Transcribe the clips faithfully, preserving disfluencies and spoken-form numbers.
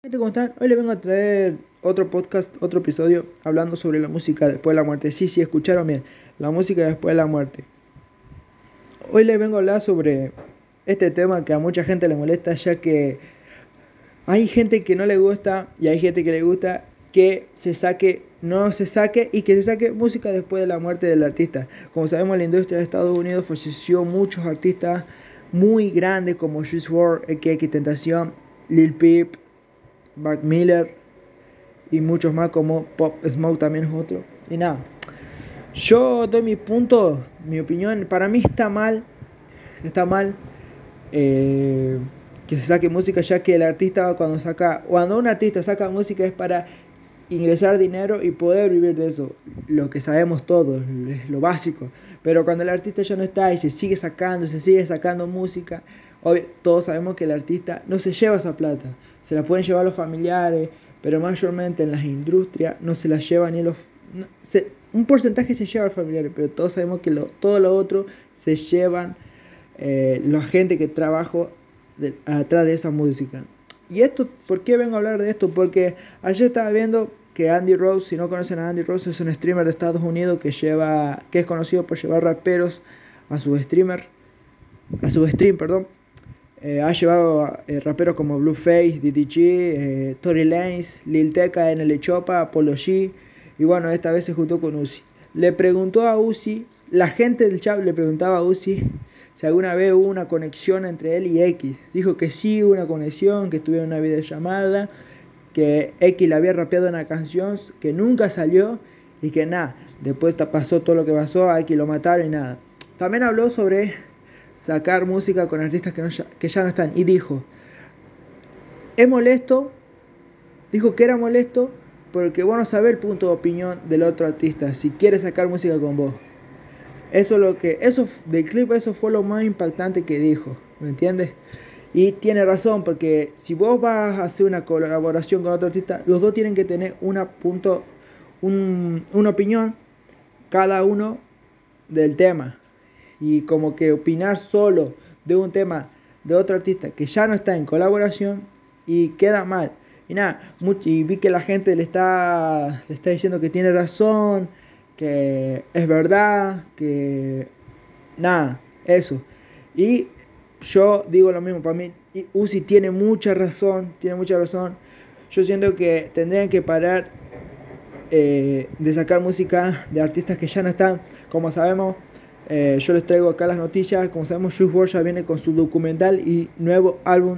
Gente, ¿cómo están? Hoy les vengo a traer otro podcast, otro episodio hablando sobre la música después de la muerte. Sí, sí, escucharon bien, la música después de la muerte. Hoy les vengo a hablar sobre este tema que a mucha gente le molesta, ya que hay gente que no le gusta y hay gente que le gusta que se saque, no se saque y que se saque música después de la muerte del artista. Como sabemos, la industria de Estados Unidos falleció muchos artistas muy grandes como Juice world, X Tentación, Lil Peep, Mac Miller y muchos más como Pop Smoke también es otro. Y nada, yo doy mi punto, mi opinión. Para mí está mal, está mal eh, que se saque música, ya que el artista cuando saca, cuando un artista saca música es para ingresar dinero y poder vivir de eso, lo que sabemos todos, es lo básico. Pero cuando el artista ya no está y se sigue sacando, se sigue sacando música, obvio, todos sabemos que el artista no se lleva esa plata, se la pueden llevar los familiares, pero mayormente en las industrias no se la llevan ni los... no, se, un porcentaje se lleva a los familiares, pero todos sabemos que lo, todo lo otro se llevan eh, la gente que trabaja de, atrás de esa música. ¿Y esto, por qué vengo a hablar de esto? Porque ayer estaba viendo que Andy Rose, si no conocen a Andy Rose, es un streamer de Estados Unidos que lleva, que es conocido por llevar raperos a su streamer, a su stream, perdón. Eh, ha llevado eh, raperos como Blueface, D D G, eh, Tory Lanez, Lil Tecca, N L Choppa, Apollo G. Y bueno, esta vez se juntó con Uzi. Le preguntó a Uzi, la gente del chat le preguntaba a Uzi si alguna vez hubo una conexión entre él y X. Dijo que sí hubo una conexión, que estuvieron en una videollamada, que X le había rapeado una canción que nunca salió y que nada, después pasó todo lo que pasó, a X lo mataron y nada. También habló sobre sacar música con artistas que, no, que ya no están y dijo, es molesto, dijo que era molesto porque vos no sabés el punto de opinión del otro artista si quiere sacar música con vos. Eso lo que, eso del clip, eso fue lo más impactante que dijo, ¿me entiendes? Y tiene razón, porque si vos vas a hacer una colaboración con otro artista, los dos tienen que tener una punto, un, una opinión cada uno del tema. Y como que opinar solo de un tema de otro artista que ya no está en colaboración y queda mal. Y nada, mucho, y vi que la gente le está, le está diciendo que tiene razón, que es verdad, que nada, eso. Y yo digo lo mismo, para mí Uzi tiene mucha razón, tiene mucha razón. Yo siento que tendrían que parar eh, de sacar música de artistas que ya no están. Como sabemos, eh, yo les traigo acá las noticias. Como sabemos, Juice world ya viene con su documental y nuevo álbum.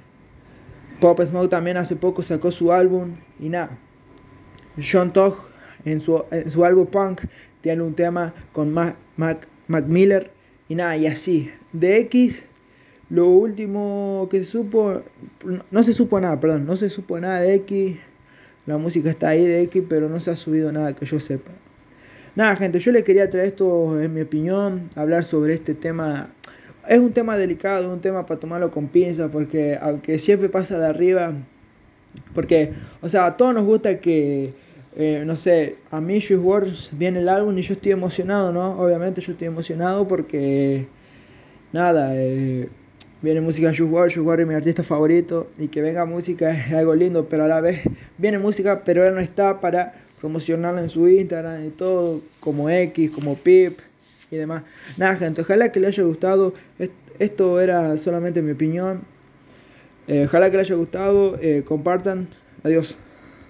Pop Smoke también hace poco sacó su álbum. Y nada, Sean Tog en su, en su álbum Punk tiene un tema con Mac, Mac, Mac Miller. Y nada, y así. De X, lo último que se supo, no, no se supo nada, perdón, no se supo nada de X. La música está ahí de X, pero no se ha subido nada que yo sepa. Nada, gente, yo le quería traer esto, en mi opinión, hablar sobre este tema. Es un tema delicado, un tema para tomarlo con pinzas, porque aunque siempre pasa de arriba, porque, o sea, a todos nos gusta que, eh, no sé, a mí Juice world viene el álbum y yo estoy emocionado, ¿no? Obviamente yo estoy emocionado porque, nada, eh, viene música de Juice world, Juice world es mi artista favorito, y que venga música es algo lindo, pero a la vez viene música, pero él no está para promocionarla en su Instagram y todo, como X, como Pip y demás. Nada, gente, ojalá que les haya gustado. Esto era solamente mi opinión. Eh, ojalá que les haya gustado. Eh, compartan. Adiós.